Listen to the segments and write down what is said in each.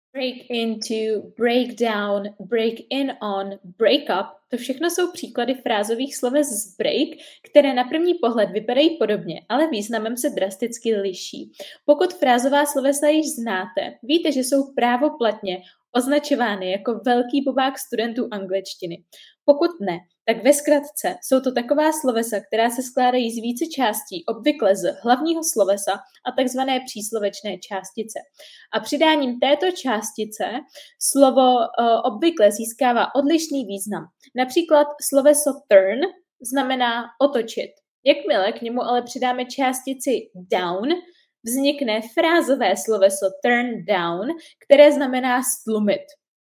Break into, break down, break in on, break up. To všechno jsou příklady frázových sloves z break, které na první pohled vypadají podobně, ale významem se drasticky liší. Pokud frázová slovesa již znáte, víte, že jsou právoplatně označovány jako velký bobák studentů angličtiny. Pokud ne, tak ve zkratce jsou to taková slovesa, která se skládají z více částí, obvykle z hlavního slovesa a takzvané příslovečné částice. A přidáním této částice slovo obvykle získává odlišný význam. Například sloveso turn znamená otočit. Jakmile k němu ale přidáme částici down, vznikne frázové sloveso turn down, které znamená stlumit.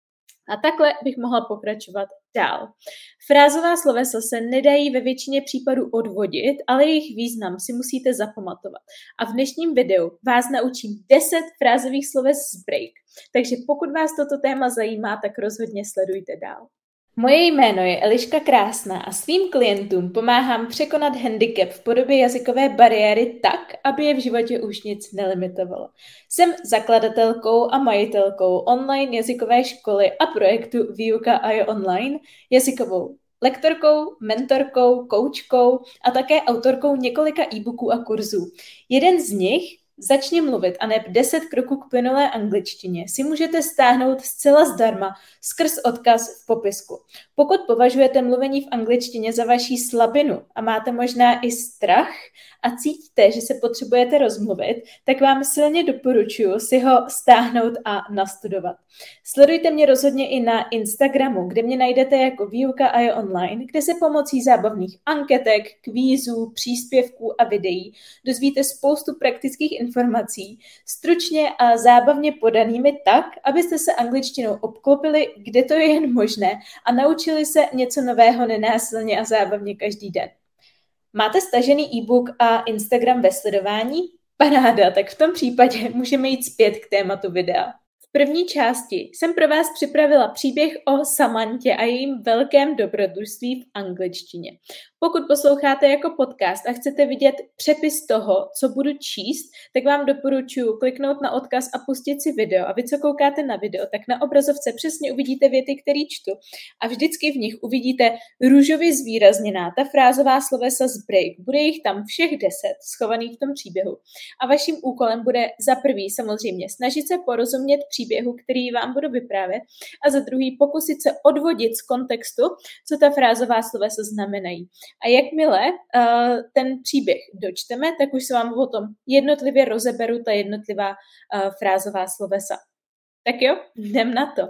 A takhle bych mohla pokračovat dál. Frázová slovesa se nedají ve většině případů odvodit, ale jejich význam si musíte zapamatovat. A v dnešním videu vás naučím 10 frázových sloves z break. Takže pokud vás toto téma zajímá, tak rozhodně sledujte dál. Moje jméno je Eliška Krásná a svým klientům pomáhám překonat handicap v podobě jazykové bariéry tak, aby je v životě už nic nelimitovalo. Jsem zakladatelkou a majitelkou online jazykové školy a projektu Výuka a je online, jazykovou lektorkou, mentorkou, koučkou a také autorkou několika e-booků a kurzů. Jeden z nich, Začni mluvit a neb 10 kroků k plynulé angličtině, si můžete stáhnout zcela zdarma skrz odkaz v popisku. Pokud považujete mluvení v angličtině za vaší slabinu a máte možná i strach a cítíte, že se potřebujete rozmluvit, tak vám silně doporučuji si ho stáhnout a nastudovat. Sledujte mě rozhodně i na Instagramu, kde mě najdete jako Výuka a je online, kde se pomocí zábavných anketek, kvízů, příspěvků a videí dozvíte spoustu praktických informací, stručně a zábavně podanými tak, abyste se angličtinou obklopili, kde to je jen možné a naučili se něco nového nenásilně a zábavně každý den. Máte stažený e-book a Instagram ve sledování? Paráda, tak v tom případě můžeme jít zpět k tématu videa. V první části jsem pro vás připravila příběh o Samantě a jejím velkém dobrodružství v angličtině. Pokud posloucháte jako podcast a chcete vidět přepis toho, co budu číst, tak vám doporučuji kliknout na odkaz a pustit si video. A vy, co koukáte na video, tak na obrazovce přesně uvidíte věty, které čtu. A vždycky v nich uvidíte růžově zvýrazněná ta frázová slovesa z break. Bude jich tam všech 10 schovaných v tom příběhu. A vaším úkolem bude za prvý samozřejmě snažit se porozumět příběhu, který vám budu vyprávět, a za druhý pokusit se odvodit z kontextu, co ta frázová slovesa znamenají. A jakmile ten příběh dočteme, tak už se vám o tom jednotlivě rozeberu ta jednotlivá frázová slovesa. Tak jo, jdem na to.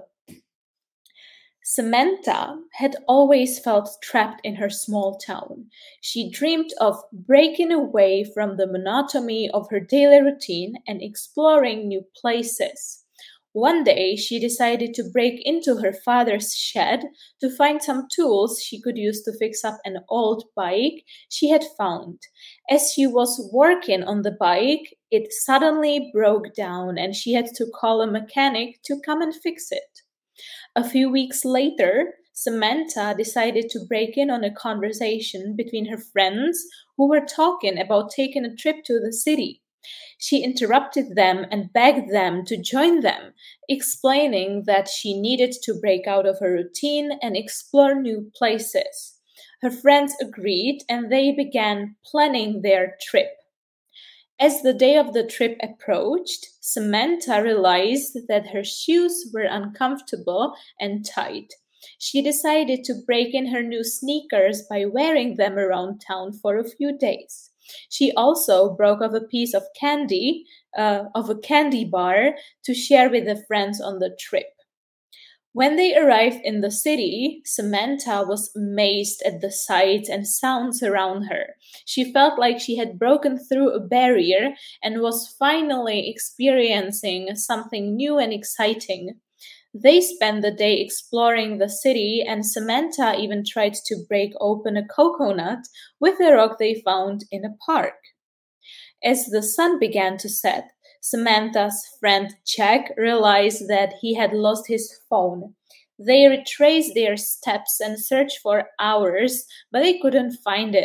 Samantha had always felt trapped in her small town. She dreamed of breaking away from the monotony of her daily routine and exploring new places. One day, she decided to break into her father's shed to find some tools she could use to fix up an old bike she had found. As she was working on the bike, it suddenly broke down and she had to call a mechanic to come and fix it. A few weeks later, Samantha decided to break in on a conversation between her friends who were talking about taking a trip to the city. She interrupted them and begged them to join them, explaining that she needed to break out of her routine and explore new places. Her friends agreed and they began planning their trip. As the day of the trip approached, Samantha realized that her shoes were uncomfortable and tight. She decided to break in her new sneakers by wearing them around town for a few days. She also broke off a piece of candy, of a candy bar, to share with the friends on the trip. When they arrived in the city, Samantha was amazed at the sights and sounds around her. She felt like she had broken through a barrier and was finally experiencing something new and exciting. They spent the day exploring the city, and Samantha even tried to break open a coconut with a rock they found in a park. As the sun began to set, Samantha's friend Jack realized that he had lost his phone. They retraced their steps and searched for hours, but they couldn't find it.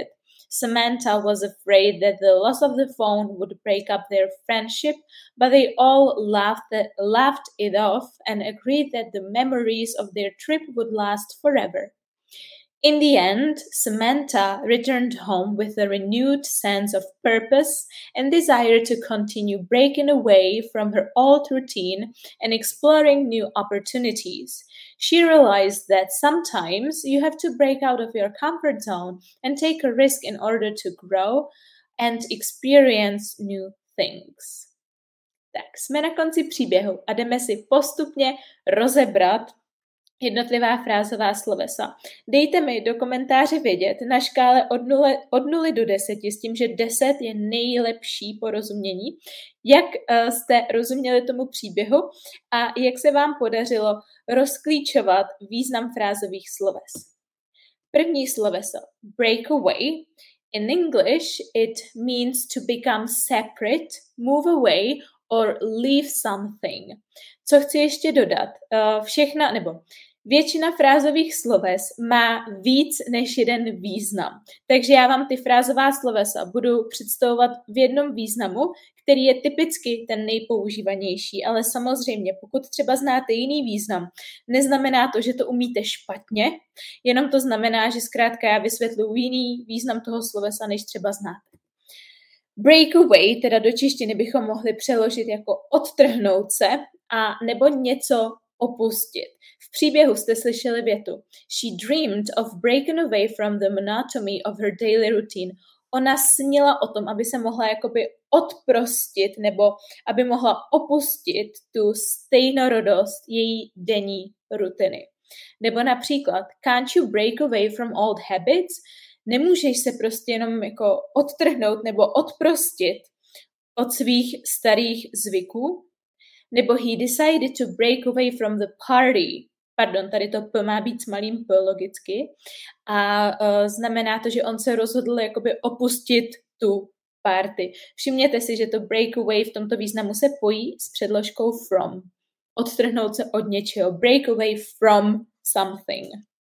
Samantha was afraid that the loss of the phone would break up their friendship, but they all laughed it off and agreed that the memories of their trip would last forever. In the end, Samantha returned home with a renewed sense of purpose and desire to continue breaking away from her old routine and exploring new opportunities. She realized that sometimes you have to break out of your comfort zone and take a risk in order to grow and experience new things. Tak, jsme na konci příběhu a jdeme si postupně rozebrat jednotlivá frázová slovesa. Dejte mi do komentáře vědět na škále od 0 do 10 s tím, že 10 je nejlepší porozumění, jak jste rozuměli tomu příběhu a jak se vám podařilo rozklíčovat význam frázových sloves. První sloveso, break away. In English, it means to become separate, move away or leave something. Co chci ještě dodat? Většina frázových sloves má víc než jeden význam. Takže já vám ty frázová slovesa budu představovat v jednom významu, který je typicky ten nejpoužívanější. Ale samozřejmě, pokud třeba znáte jiný význam, neznamená to, že to umíte špatně, jenom to znamená, že zkrátka já vysvětluji jiný význam toho slovesa, než třeba znáte. Break away, teda do češtiny bychom mohli přeložit jako odtrhnout se a nebo něco opustit. V příběhu jste slyšeli větu. She dreamed of breaking away from the monotony of her daily routine. Ona snila o tom, aby se mohla jakoby odprostit nebo aby mohla opustit tu stejnorodost její denní rutiny. Nebo například, can't you break away from old habits? Nemůžeš se prostě jenom jako odtrhnout nebo odprostit od svých starých zvyků? Nebo he decided to break away from the party. Pardon, tady to P má být s malým P logicky. A znamená to, že on se rozhodl jakoby opustit tu party. Všimněte si, že to break away v tomto významu se pojí s předložkou from. Odtrhnout se od něčeho. Break away from something.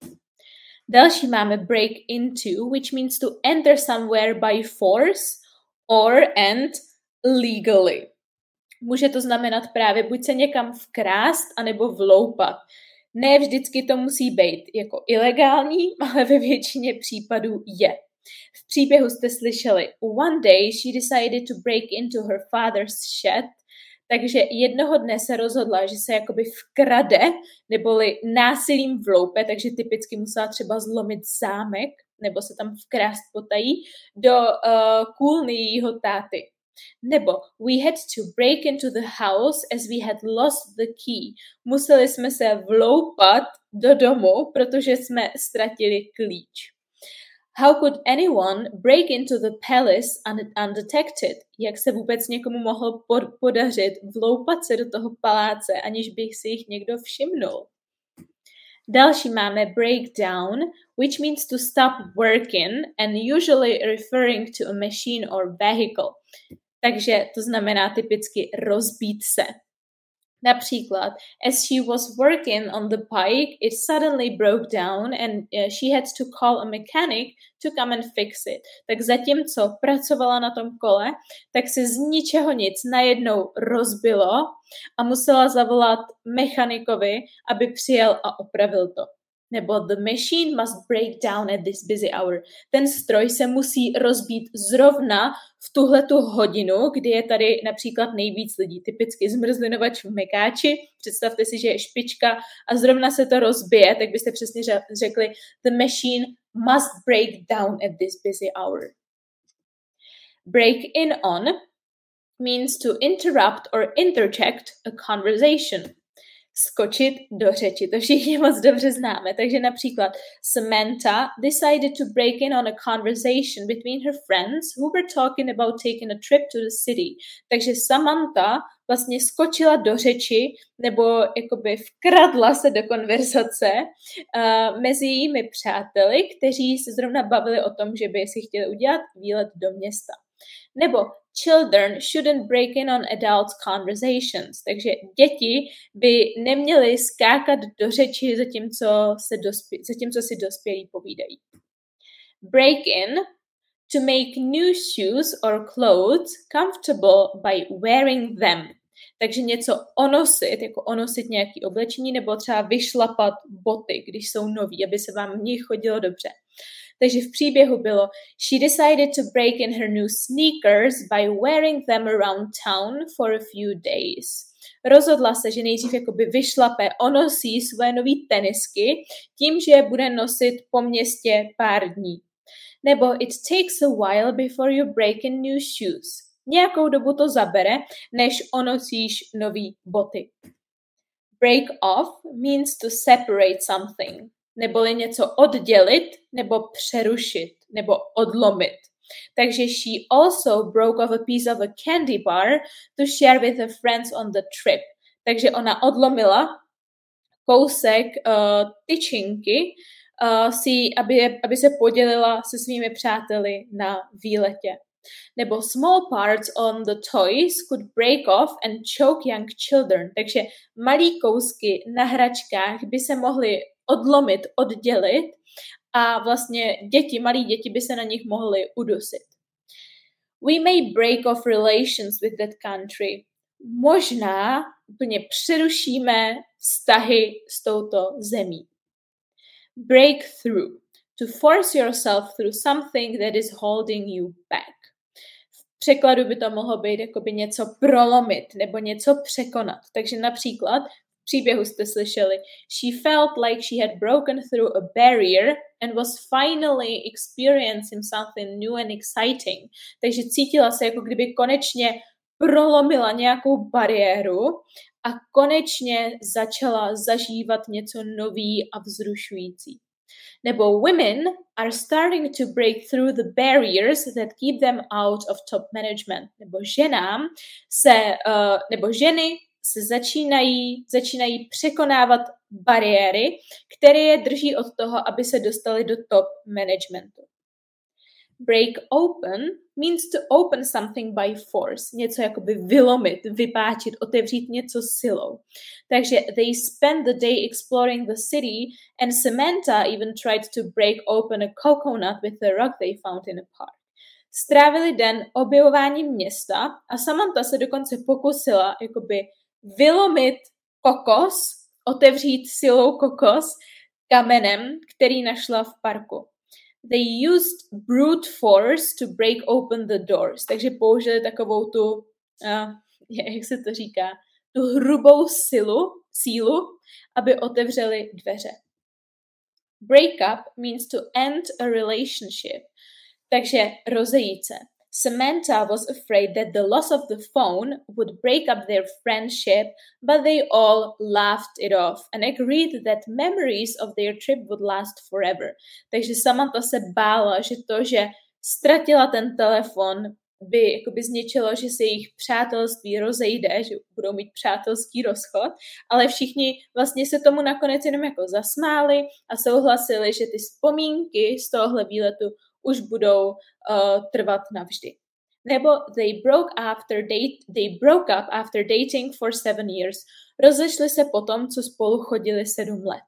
Další máme break into, which means to enter somewhere by force or and legally. Může to znamenat právě buď se někam vkrást, anebo vloupat. Ne vždycky to musí být jako ilegální, ale ve většině případů je. V příběhu jste slyšeli, one day she decided to break into her father's shed, takže jednoho dne se rozhodla, že se jakoby vkrade, neboli násilím vloupe, takže typicky musela třeba zlomit zámek, nebo se tam vkrást potají, do kůlny jejího táty. Nebo we had to break into the house as we had lost the key. Museli jsme se vloupat do domu, protože jsme ztratili klíč. How could anyone break into the palace undetected? Jak se vůbec někomu mohlo podařit vloupat se do toho paláce, aniž bych si jich někdo všimnul? Další máme breakdown, which means to stop working and usually referring to a machine or vehicle. Takže to znamená typicky rozbít se. Například, as she was working on the bike, it suddenly broke down and she had to call a mechanic to come and fix it. Tak zatímco pracovala na tom kole, tak se z ničeho nic najednou rozbilo a musela zavolat mechanikovi, aby přijel a opravil to. Nebo the machine must break down at this busy hour. Ten stroj se musí rozbít zrovna v tuhletu hodinu, kdy je tady například nejvíc lidí. Typicky zmrzlinovač v mekáči. Představte si, že je špička a zrovna se to rozbije, tak byste přesně řekli the machine must break down at this busy hour. Break in on means to interrupt or interject a conversation. Skočit do řeči, to všichni moc dobře známe. Takže například Samantha decided to break in on a conversation between her friends who were talking about taking a trip to the city. Takže Samantha vlastně skočila do řeči nebo jakoby vkradla se do konverzace mezi jejími přáteli, kteří se zrovna bavili o tom, že by si chtěli udělat výlet do města. Nebo children shouldn't break in on adults' conversations. Takže děti by neměly skákat do řeči, zatímco si dospělí povídají. Break in To make new shoes or clothes comfortable by wearing them. Takže něco onosit, jako onosit nějaké oblečení, nebo třeba vyšlapat boty, když jsou nový, aby se vám v nich chodilo dobře. Takže v příběhu bylo She decided to break in her new sneakers by wearing them around town for a few days. Rozhodla se, že nejdřív jakoby vyšlape, onosí své nové tenisky tím, že je bude nosit po městě pár dní. Nebo it takes a while before you break in new shoes. Nějakou dobu to zabere, než onosíš nový boty. Break off means to separate something, neboli něco oddělit, nebo přerušit, nebo odlomit. Takže she also broke off a piece of a candy bar to share with her friends on the trip. Takže ona odlomila kousek tyčinky, aby se podělila se svými přáteli na výletě. Nebo small parts on the toys could break off and choke young children. Takže malý kousky na hračkách by se mohly odlomit, oddělit a vlastně malí děti by se na nich mohly udusit. We may break off relations with that country. Možná úplně přerušíme vztahy s touto zemí. Break through. To force yourself through something that is holding you back. V překladu by to mohlo být jakoby něco prolomit nebo něco překonat. Takže například v příběhu jste slyšeli She felt like she had broken through a barrier and was finally experiencing something new and exciting. Takže cítila se, jako kdyby konečně prolomila nějakou bariéru a konečně začala zažívat něco nový a vzrušující. Nebo women are starting to break through the barriers that keep them out of top management. Nebo ženy se začínají překonávat bariéry, které je drží od toho, aby se dostali do top managementu. Break open means to open something by force. Něco jakoby vylomit, vypáčit, otevřít něco silou. Takže they spent the day exploring the city and Samantha even tried to break open a coconut with a rock they found in a park. Strávili den objevováním města a Samantha se dokonce pokusila jakoby vylomit kokos, otevřít silou kokos kamenem, který našla v parku. They used brute force to break open the doors. Takže použili takovou tu, jak se to říká, tu hrubou sílu, aby otevřeli dveře. Break up means to end a relationship. Takže rozejít se. Samantha was afraid that the loss of the phone would break up their friendship, but they all laughed it off and agreed that memories of their trip would last forever. Takže Samantha se bála, že to, že ztratila ten telefon, by jakoby zničilo, že se jejich přátelství rozejde, že budou mít přátelský rozchod, ale všichni vlastně se tomu nakonec jenom jako zasmáli a souhlasili, že ty vzpomínky z tohohle výletu už budou trvat navždy. Nebo they broke up after dating for 7 years. Rozešli se potom, co spolu chodili 7 let.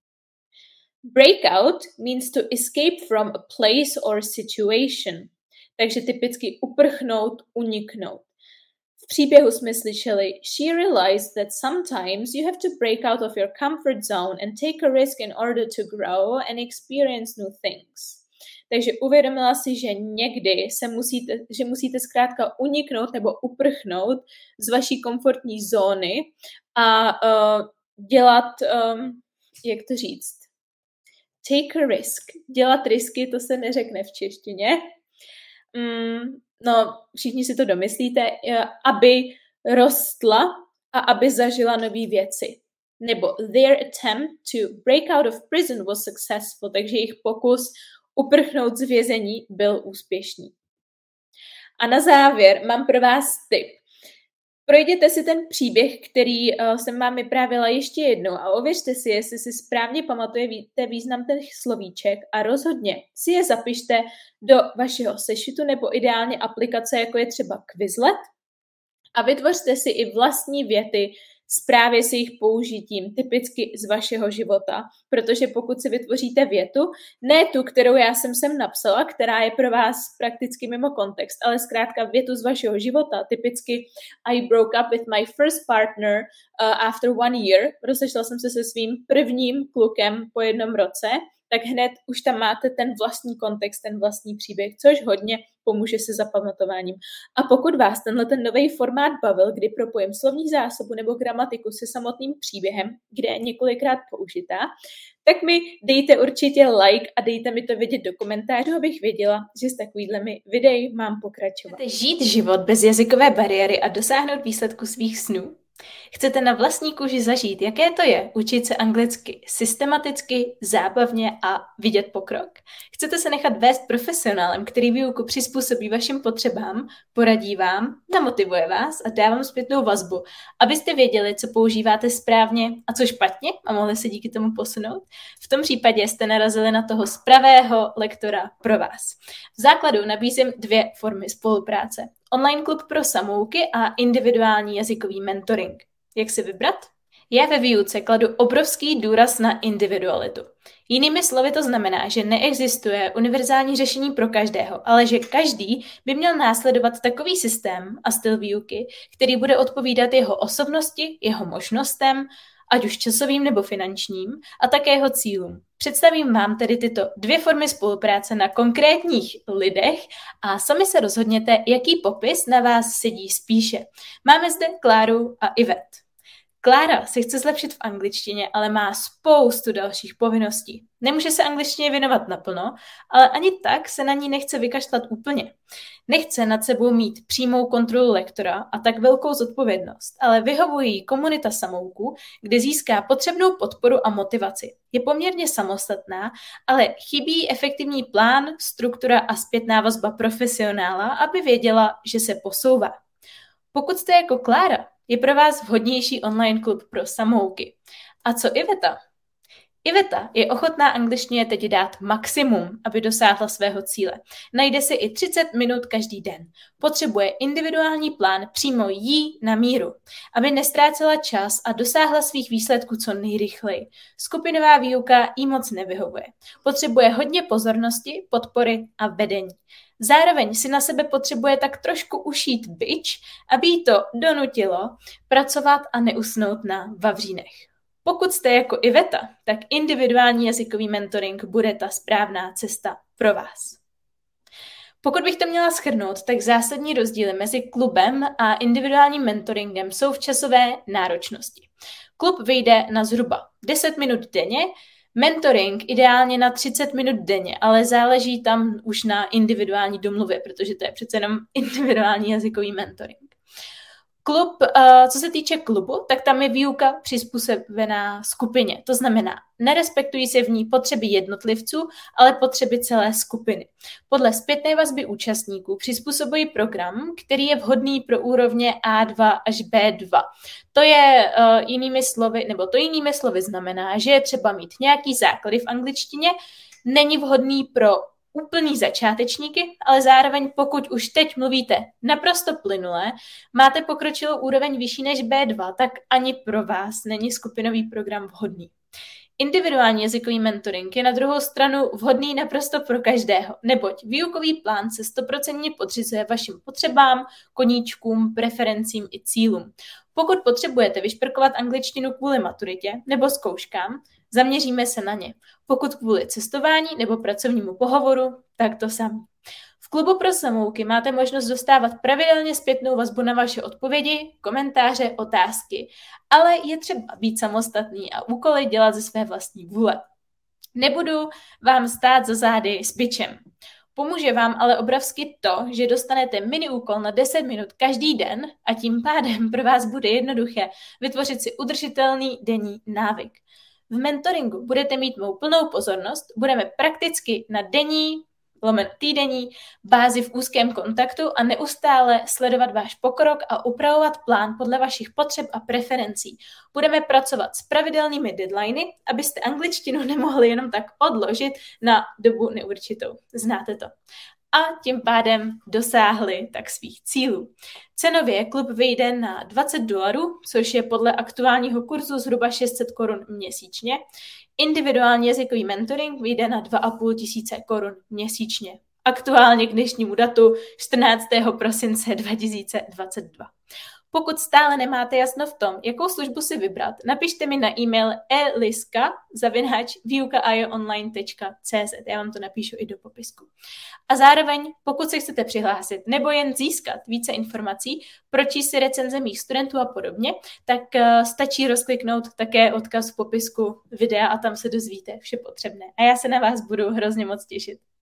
Breakout means to escape from a place or situation. Takže typicky uprchnout, uniknout. V příběhu jsme slyšeli She realized that sometimes you have to break out of your comfort zone and take a risk in order to grow and experience new things. Takže uvědomila si, že někdy musíte zkrátka uniknout nebo uprchnout z vaší komfortní zóny a dělat, jak to říct, take a risk. Dělat risky, to se neřekne v češtině. Všichni si to domyslíte, aby rostla a aby zažila nové věci. Nebo their attempt to break out of prison was successful, takže jejich pokus uprchnout z vězení byl úspěšný. A na závěr mám pro vás tip. Projděte si ten příběh, který jsem vám vyprávěla ještě jednou a ověřte si, jestli si správně pamatujete význam těch slovíček a rozhodně si je zapište do vašeho sešitu nebo ideálně aplikace, jako je třeba Quizlet a vytvořte si i vlastní věty zprávy s jejich použitím, typicky z vašeho života, protože pokud si vytvoříte větu, ne tu, kterou já jsem sem napsala, která je pro vás prakticky mimo kontext, ale zkrátka větu z vašeho života, typicky I broke up with my first partner after 1 year, rozešla jsem se se svým prvním klukem po 1 roce, tak hned už tam máte ten vlastní kontext, ten vlastní příběh, což hodně pomůže se zapamatováním. A pokud vás ten nový formát bavil, kdy propojím slovní zásobu nebo gramatiku se samotným příběhem, kde je několikrát použitá, tak mi dejte určitě like a dejte mi to vědět do komentářů, abych věděla, že s takovýhlemi videi mám pokračovat. Chcete žít život bez jazykové bariéry a dosáhnout výsledku svých snů? Chcete na vlastní kůži zažít, jaké to je učit se anglicky systematicky, zábavně a vidět pokrok? Chcete se nechat vést profesionálem, který výuku přizpůsobí vašim potřebám, poradí vám, namotivuje vás a dá vám zpětnou vazbu, abyste věděli, co používáte správně a co špatně a mohli se díky tomu posunout? V tom případě jste narazili na toho pravého lektora pro vás. V základu nabízím 2 formy spolupráce. Online klub pro samouky a individuální jazykový mentoring. Jak si vybrat? Já ve výuce kladu obrovský důraz na individualitu. Jinými slovy to znamená, že neexistuje univerzální řešení pro každého, ale že každý by měl následovat takový systém a styl výuky, který bude odpovídat jeho osobnosti, jeho možnostem, ať už časovým nebo finančním, a také jeho cílům. Představím vám tedy tyto 2 formy spolupráce na konkrétních lidech a sami se rozhodněte, jaký popis na vás sedí spíše. Máme zde Kláru a Ivet. Klára se chce zlepšit v angličtině, ale má spoustu dalších povinností. Nemůže se angličtině věnovat naplno, ale ani tak se na ní nechce vykašlat úplně. Nechce nad sebou mít přímou kontrolu lektora a tak velkou zodpovědnost, ale vyhovuje jí komunita samouků, kde získá potřebnou podporu a motivaci. Je poměrně samostatná, ale chybí efektivní plán, struktura a zpětná vazba profesionála, aby věděla, že se posouvá. Pokud jste jako Klára, je pro vás vhodnější online klub pro samouky. A co Iveta? Iveta je ochotná angličtině teď dát maximum, aby dosáhla svého cíle. Najde si i 30 minut každý den. Potřebuje individuální plán přímo jí na míru, aby nestrácela čas a dosáhla svých výsledků co nejrychleji. Skupinová výuka jí moc nevyhovuje. Potřebuje hodně pozornosti, podpory a vedení. Zároveň si na sebe potřebuje tak trošku ušít bič, aby jí to donutilo pracovat a neusnout na vavřínech. Pokud jste jako Iveta, tak individuální jazykový mentoring bude ta správná cesta pro vás. Pokud bych to měla shrnout, tak zásadní rozdíly mezi klubem a individuálním mentoringem jsou v časové náročnosti. Klub vyjde na zhruba 10 minut denně, mentoring ideálně na 30 minut denně, ale záleží tam už na individuální domluvě, protože to je přece jenom individuální jazykový mentoring. Klub, co se týče klubu, tak tam je výuka přizpůsobená skupině. To znamená, nerespektují se v ní potřeby jednotlivců, ale potřeby celé skupiny. Podle zpětné vazby účastníků přizpůsobují program, který je vhodný pro úrovně A2 až B2. To je jinými slovy znamená, že je třeba mít nějaký základy v angličtině, není vhodný pro úplný začátečníky, ale zároveň pokud už teď mluvíte naprosto plynule, máte pokročilou úroveň vyšší než B2, tak ani pro vás není skupinový program vhodný. Individuální jazykový mentoring je na druhou stranu vhodný naprosto pro každého, neboť výukový plán se 100% podřizuje vašim potřebám, koníčkům, preferencím i cílům. Pokud potřebujete vyšperkovat angličtinu kvůli maturitě nebo zkouškám, zaměříme se na ně. Pokud kvůli cestování nebo pracovnímu pohovoru, tak to samé. V klubu pro samouky máte možnost dostávat pravidelně zpětnou vazbu na vaše odpovědi, komentáře, otázky, ale je třeba být samostatný a úkoly dělat ze své vlastní vůle. Nebudu vám stát za zády s bičem. Pomůže vám ale obrovsky to, že dostanete mini úkol na 10 minut každý den a tím pádem pro vás bude jednoduché vytvořit si udržitelný denní návyk. V mentoringu budete mít mou plnou pozornost, budeme prakticky na týdenní bázi v úzkém kontaktu a neustále sledovat váš pokrok a upravovat plán podle vašich potřeb a preferencí. Budeme pracovat s pravidelnými deadliny, abyste angličtinu nemohli jenom tak odložit na dobu neurčitou. Znáte to. a tím pádem dosáhli tak svých cílů. Cenově klub vyjde na $20, což je podle aktuálního kurzu zhruba 600 korun měsíčně. Individuální jazykový mentoring vyjde na 2500 korun měsíčně. Aktuálně k dnešnímu datu 14. prosince 2022. Pokud stále nemáte jasno v tom, jakou službu si vybrat, napište mi na e-mail eliska@výuka.ionline.cz. Já vám to napíšu i do popisku. A zároveň, pokud se chcete přihlásit nebo jen získat více informací, pročíst si recenze mých studentů a podobně, tak stačí rozkliknout také odkaz v popisku videa a tam se dozvíte vše potřebné. A já se na vás budu hrozně moc těšit.